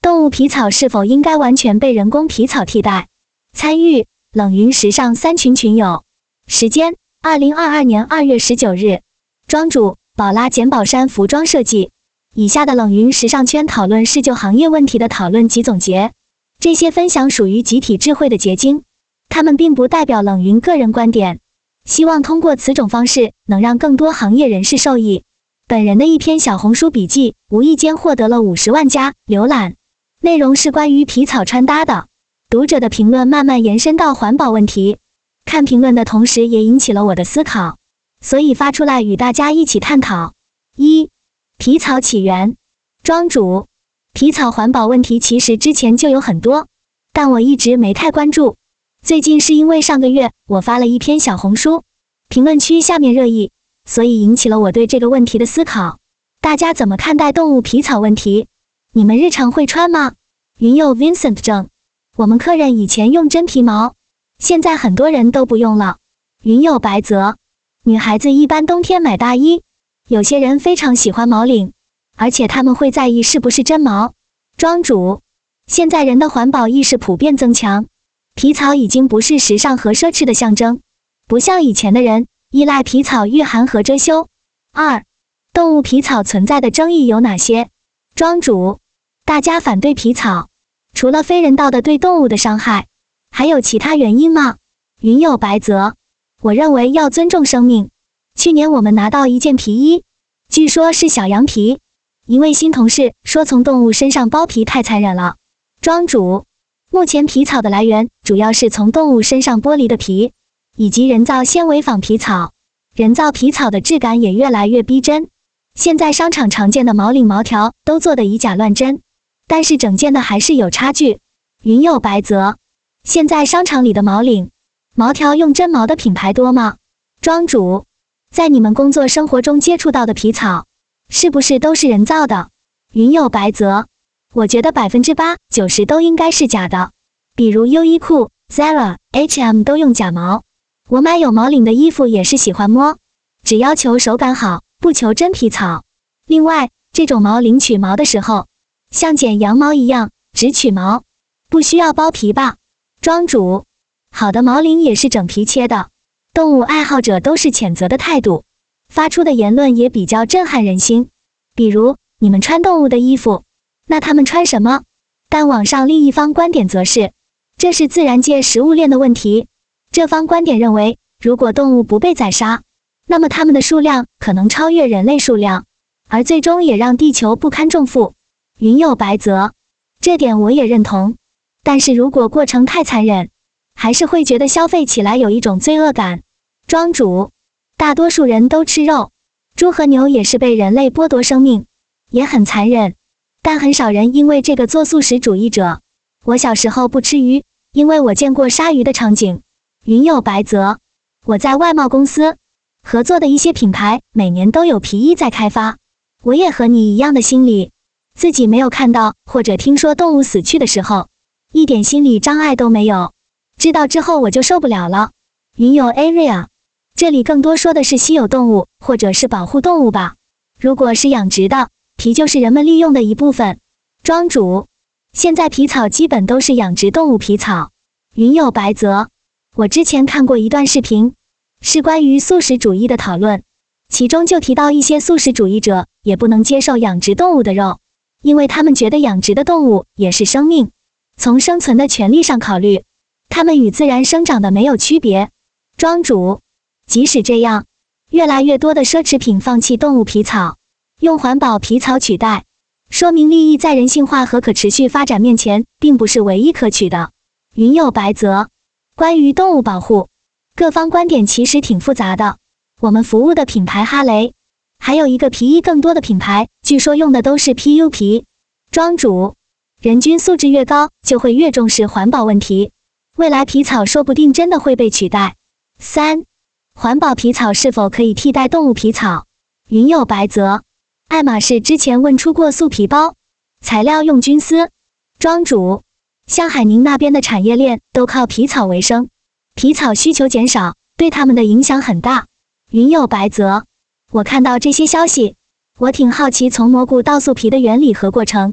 动物皮草是否应该完全被人工皮草替代？参与冷云时尚3群群友。时间：2022年2月19日。庄主：宝拉简宝山服装设计。以下的冷云时尚圈讨论是就行业问题的讨论及总结，这些分享属于集体智慧的结晶，它们并不代表冷云个人观点。希望通过此种方式能让更多行业人士受益。本人的一篇小红书笔记无意间获得了50万加浏览，内容是关于皮草穿搭的。读者的评论慢慢延伸到环保问题，看评论的同时也引起了我的思考，所以发出来与大家一起探讨。1、皮草起源。庄主：皮草环保问题其实之前就有很多，但我一直没太关注。最近是因为上个月我发了一篇小红书，评论区下面热议，所以引起了我对这个问题的思考。大家怎么看待动物皮草问题？你们日常会穿吗？云友 Vincent 正：我们客人以前用真皮毛，现在很多人都不用了。云友白泽：女孩子一般冬天买大衣，有些人非常喜欢毛领，而且他们会在意是不是真毛。庄主：现在人的环保意识普遍增强，皮草已经不是时尚和奢侈的象征，不像以前的人依赖皮草御寒和遮羞。2、动物皮草存在的争议有哪些？庄主：大家反对皮草，除了非人道的对动物的伤害，还有其他原因吗？云友白泽：我认为要尊重生命。去年我们拿到一件皮衣，据说是小羊皮，一位新同事说从动物身上剥皮太残忍了。庄主：目前皮草的来源主要是从动物身上剥离的皮，以及人造纤维仿皮草。人造皮草的质感也越来越逼真，现在商场常见的毛领毛条都做得以假乱真，但是整件的还是有差距。云友白泽：现在商场里的毛领毛条用真毛的品牌多吗？庄主：在你们工作生活中接触到的皮草，是不是都是人造的？云友白泽：我觉得8%、90%都应该是假的，比如优衣库、Zara、H&M 都用假毛。我买有毛领的衣服也是喜欢摸，只要求手感好，不求真皮草。另外，这种毛领取毛的时候，像剪羊毛一样，只取毛，不需要剥皮吧？庄主：好的毛领也是整皮切的。动物爱好者都是谴责的态度，发出的言论也比较震撼人心。比如，你们穿动物的衣服，那他们穿什么？但网上另一方观点则是，这是自然界食物链的问题。这方观点认为，如果动物不被宰杀，那么它们的数量可能超越人类数量，而最终也让地球不堪重负。云友白泽：这点我也认同，但是如果过程太残忍，还是会觉得消费起来有一种罪恶感。庄主：大多数人都吃肉，猪和牛也是被人类剥夺生命，也很残忍，但很少人因为这个做素食主义者。我小时候不吃鱼，因为我见过杀鱼的场景。云友白泽：我在外贸公司合作的一些品牌每年都有皮衣在开发，我也和你一样的心理，自己没有看到或者听说动物死去的时候，一点心理障碍都没有，知道之后我就受不了了。云友 Area：这里更多说的是稀有动物或者是保护动物吧，如果是养殖的，皮就是人们利用的一部分。庄主：现在皮草基本都是养殖动物皮草。云友白泽：我之前看过一段视频，是关于素食主义的讨论，其中就提到一些素食主义者也不能接受养殖动物的肉，因为他们觉得养殖的动物也是生命，从生存的权利上考虑，它们与自然生长的没有区别。庄主：即使这样，越来越多的奢侈品放弃动物皮草，用环保皮草取代，说明利益在人性化和可持续发展面前并不是唯一可取的。云友白泽：关于动物保护，各方观点其实挺复杂的。我们服务的品牌哈雷，还有一个皮衣更多的品牌，据说用的都是 PU 皮。庄主：人均素质越高，就会越重视环保问题，未来皮草说不定真的会被取代。3、环保皮草是否可以替代动物皮草？云友白泽：爱马仕之前问出过素皮包，材料用菌丝。庄主：像海宁那边的产业链都靠皮草为生，皮草需求减少，对他们的影响很大。云友白泽：我看到这些消息，我挺好奇从蘑菇到素皮的原理和过程，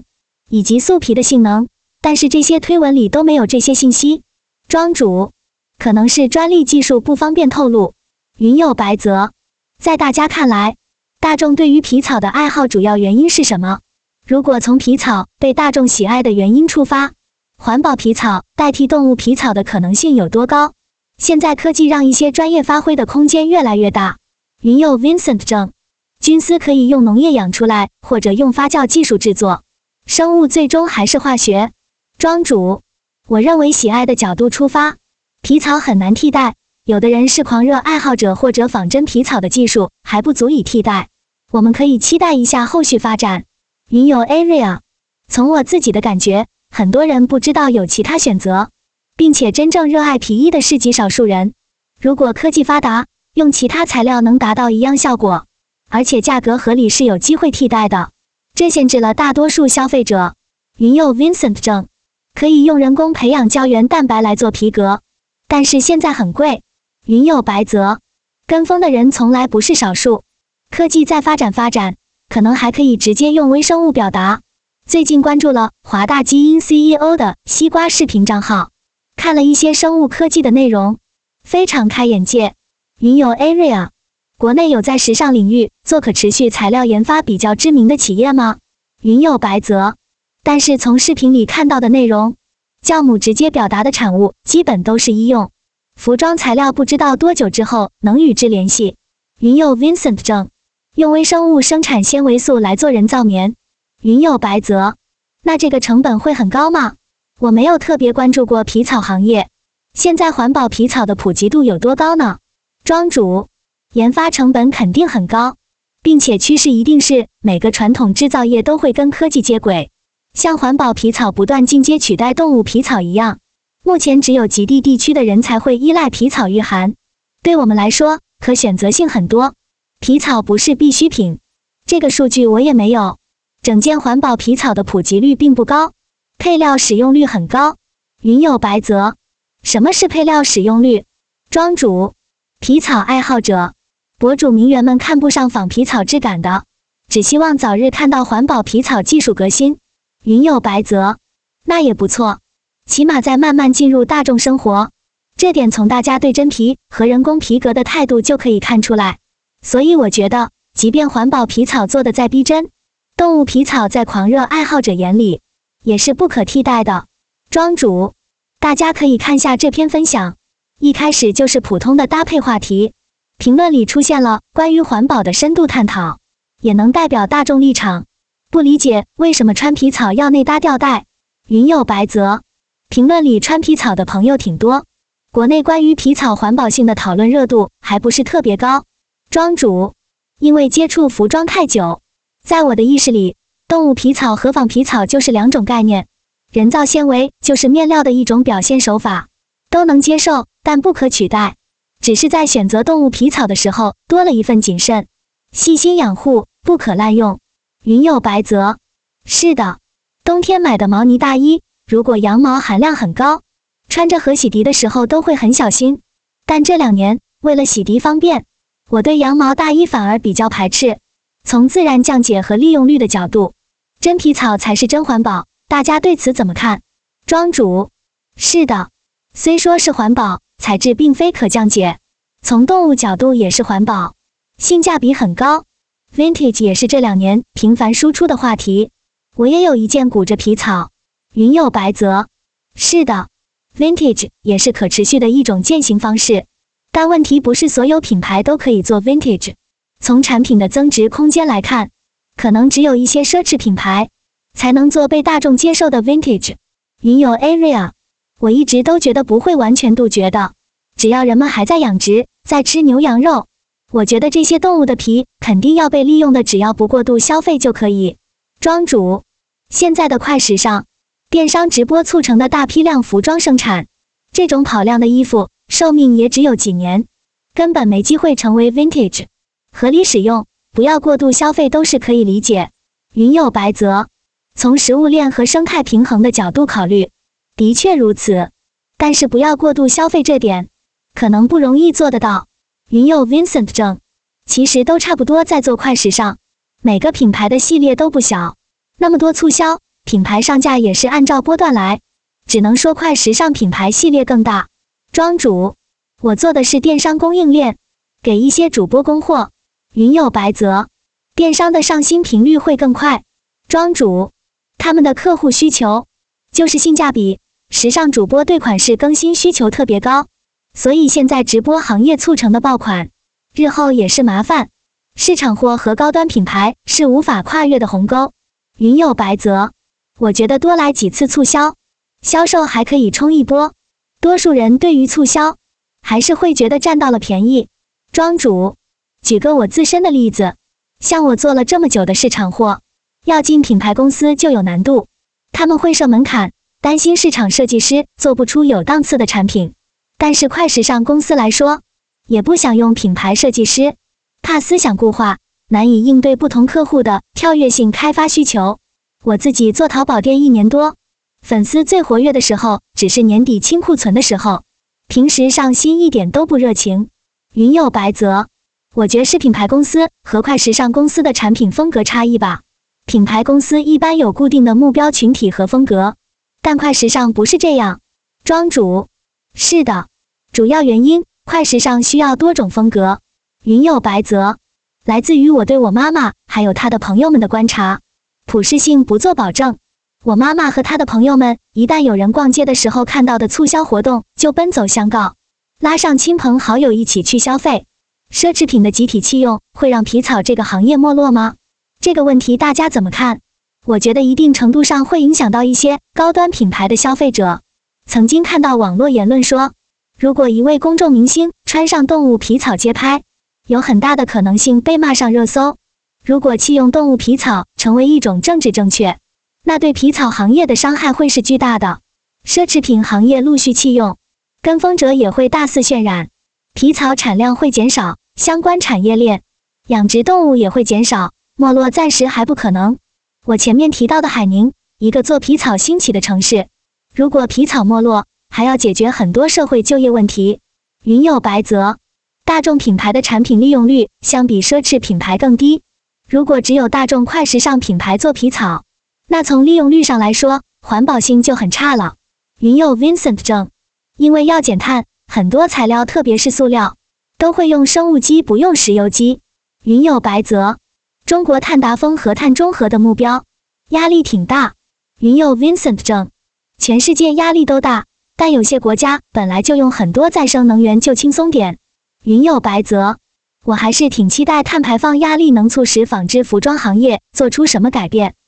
以及素皮的性能，但是这些推文里都没有这些信息。庄主，可能是专利技术不方便透露。云有白泽，在大家看来，大众对于皮草的爱好主要原因是什么？如果从皮草被大众喜爱的原因出发，环保皮草代替动物皮草的可能性有多高？现在科技让一些专业发挥的空间越来越大。云有 Vincent 证，菌丝可以用农业养出来，或者用发酵技术制作。生物最终还是化学。庄主，我认为喜爱的角度出发，皮草很难替代。有的人是狂热爱好者，或者仿真皮草的技术还不足以替代。我们可以期待一下后续发展。云有 Area， 从我自己的感觉，很多人不知道有其他选择，并且真正热爱皮衣的是极少数人。如果科技发达，用其他材料能达到一样效果，而且价格合理，是有机会替代的。这限制了大多数消费者。云有 Vincent 证，可以用人工培养胶原蛋白来做皮革，但是现在很贵。云有白泽，跟风的人从来不是少数。科技再发展，可能还可以直接用微生物表达。最近关注了华大基因 CEO 的西瓜视频账号，看了一些生物科技的内容，非常开眼界。云有 Area， 国内有在时尚领域做可持续材料研发比较知名的企业吗？云有白泽，但是从视频里看到的内容，酵母直接表达的产物基本都是医用服装材料，不知道多久之后能与之联系。云有 Vincent 证，用微生物生产纤维素来做人造棉。云有白泽，那这个成本会很高吗？我没有特别关注过皮草行业，现在环保皮草的普及度有多高呢？庄主，研发成本肯定很高，并且趋势一定是每个传统制造业都会跟科技接轨，像环保皮草不断进阶取代动物皮草一样。目前只有极地地区的人才会依赖皮草御寒，对我们来说可选择性很多，皮草不是必需品。这个数据我也没有。整件环保皮草的普及率并不高，配料使用率很高。云有白泽，什么是配料使用率？庄主，皮草爱好者、博主名媛们看不上仿皮草质感的，只希望早日看到环保皮草技术革新。云有白泽，那也不错，起码在慢慢进入大众生活，这点从大家对真皮和人工皮革的态度就可以看出来。所以我觉得，即便环保皮草做的再逼真，动物皮草在狂热爱好者眼里也是不可替代的。庄主，大家可以看下这篇分享，一开始就是普通的搭配话题，评论里出现了关于环保的深度探讨，也能代表大众立场。不理解为什么穿皮草要内搭吊带。云有白泽，评论里穿皮草的朋友挺多，国内关于皮草环保性的讨论热度还不是特别高。庄主，因为接触服装太久，在我的意识里，动物皮草和仿皮草就是两种概念，人造纤维就是面料的一种表现手法，都能接受，但不可取代。只是在选择动物皮草的时候多了一份谨慎，细心养护，不可滥用。云有白泽，是的，冬天买的毛呢大衣，如果羊毛含量很高，穿着和洗涤的时候都会很小心。但这2年，为了洗涤方便，我对羊毛大衣反而比较排斥。从自然降解和利用率的角度，真皮草才是真环保，大家对此怎么看？庄主，是的，虽说是环保，材质并非可降解，从动物角度也是环保，性价比很高。Vintage 也是这2年频繁输出的话题，我也有一件骨着皮草。云有白泽，是的， Vintage 也是可持续的一种践行方式，但问题不是所有品牌都可以做 Vintage。从产品的增值空间来看，可能只有一些奢侈品牌才能做被大众接受的 Vintage。云有 Area， 我一直都觉得不会完全杜绝的，只要人们还在养殖，在吃牛羊肉，我觉得这些动物的皮肯定要被利用的，只要不过度消费就可以。庄主，现在的快时尚，电商直播促成的大批量服装生产，这种跑量的衣服寿命也只有几年，根本没机会成为 Vintage。合理使用，不要过度消费都是可以理解。云有白泽，从食物链和生态平衡的角度考虑，的确如此，但是不要过度消费这点，可能不容易做得到。云有 Vincent 证，其实都差不多在做快时尚，每个品牌的系列都不小，那么多促销， 品牌上架也是按照波段来，只能说快时尚品牌系列更大。庄主，我做的是电商供应链，给一些主播供货。云有白泽，电商的上新频率会更快。庄主，他们的客户需求就是性价比，时尚主播对款式更新需求特别高，所以现在直播行业促成的爆款，日后也是麻烦。市场货和高端品牌是无法跨越的鸿沟。云有白泽，我觉得多来几次促销，销售还可以冲一波。多数人对于促销还是会觉得占到了便宜。庄主，举个我自身的例子，像我做了这么久的市场货，要进品牌公司就有难度，他们会设门槛，担心市场设计师做不出有档次的产品。但是快时尚公司来说，也不想用品牌设计师，怕思想固化，难以应对不同客户的跳跃性开发需求。我自己做淘宝店1年多，粉丝最活跃的时候只是年底清库存的时候，平时上新一点都不热情。云有白泽，我觉是品牌公司和快时尚公司的产品风格差异吧。品牌公司一般有固定的目标群体和风格，但快时尚不是这样。庄主，是的，主要原因快时尚需要多种风格。云有白泽，来自于我对我妈妈还有她的朋友们的观察，普适性不做保证。我妈妈和她的朋友们一旦有人逛街的时候看到的促销活动，就奔走相告，拉上亲朋好友一起去消费。奢侈品的集体弃用会让皮草这个行业没落吗？这个问题大家怎么看？我觉得一定程度上会影响到一些高端品牌的消费者。曾经看到网络言论说，如果一位公众明星穿上动物皮草街拍，有很大的可能性被骂上热搜。如果弃用动物皮草成为一种政治正确，那对皮草行业的伤害会是巨大的。奢侈品行业陆续弃用，跟风者也会大肆渲染，皮草产量会减少，相关产业链养殖动物也会减少，没落暂时还不可能。我前面提到的海宁，一个做皮草兴起的城市，如果皮草没落，还要解决很多社会就业问题。云有白泽，大众品牌的产品利用率相比奢侈品牌更低。如果只有大众快时尚品牌做皮草，那从利用率上来说，环保性就很差了。云有 Vincent 正，因为要减碳，很多材料特别是塑料都会用生物基不用石油基。云有白泽，中国碳达峰和碳中和的目标压力挺大。云有 Vincent 正，全世界压力都大，但有些国家本来就用很多再生能源就轻松点。云有白泽，我还是挺期待碳排放压力能促使纺织服装行业做出什么改变。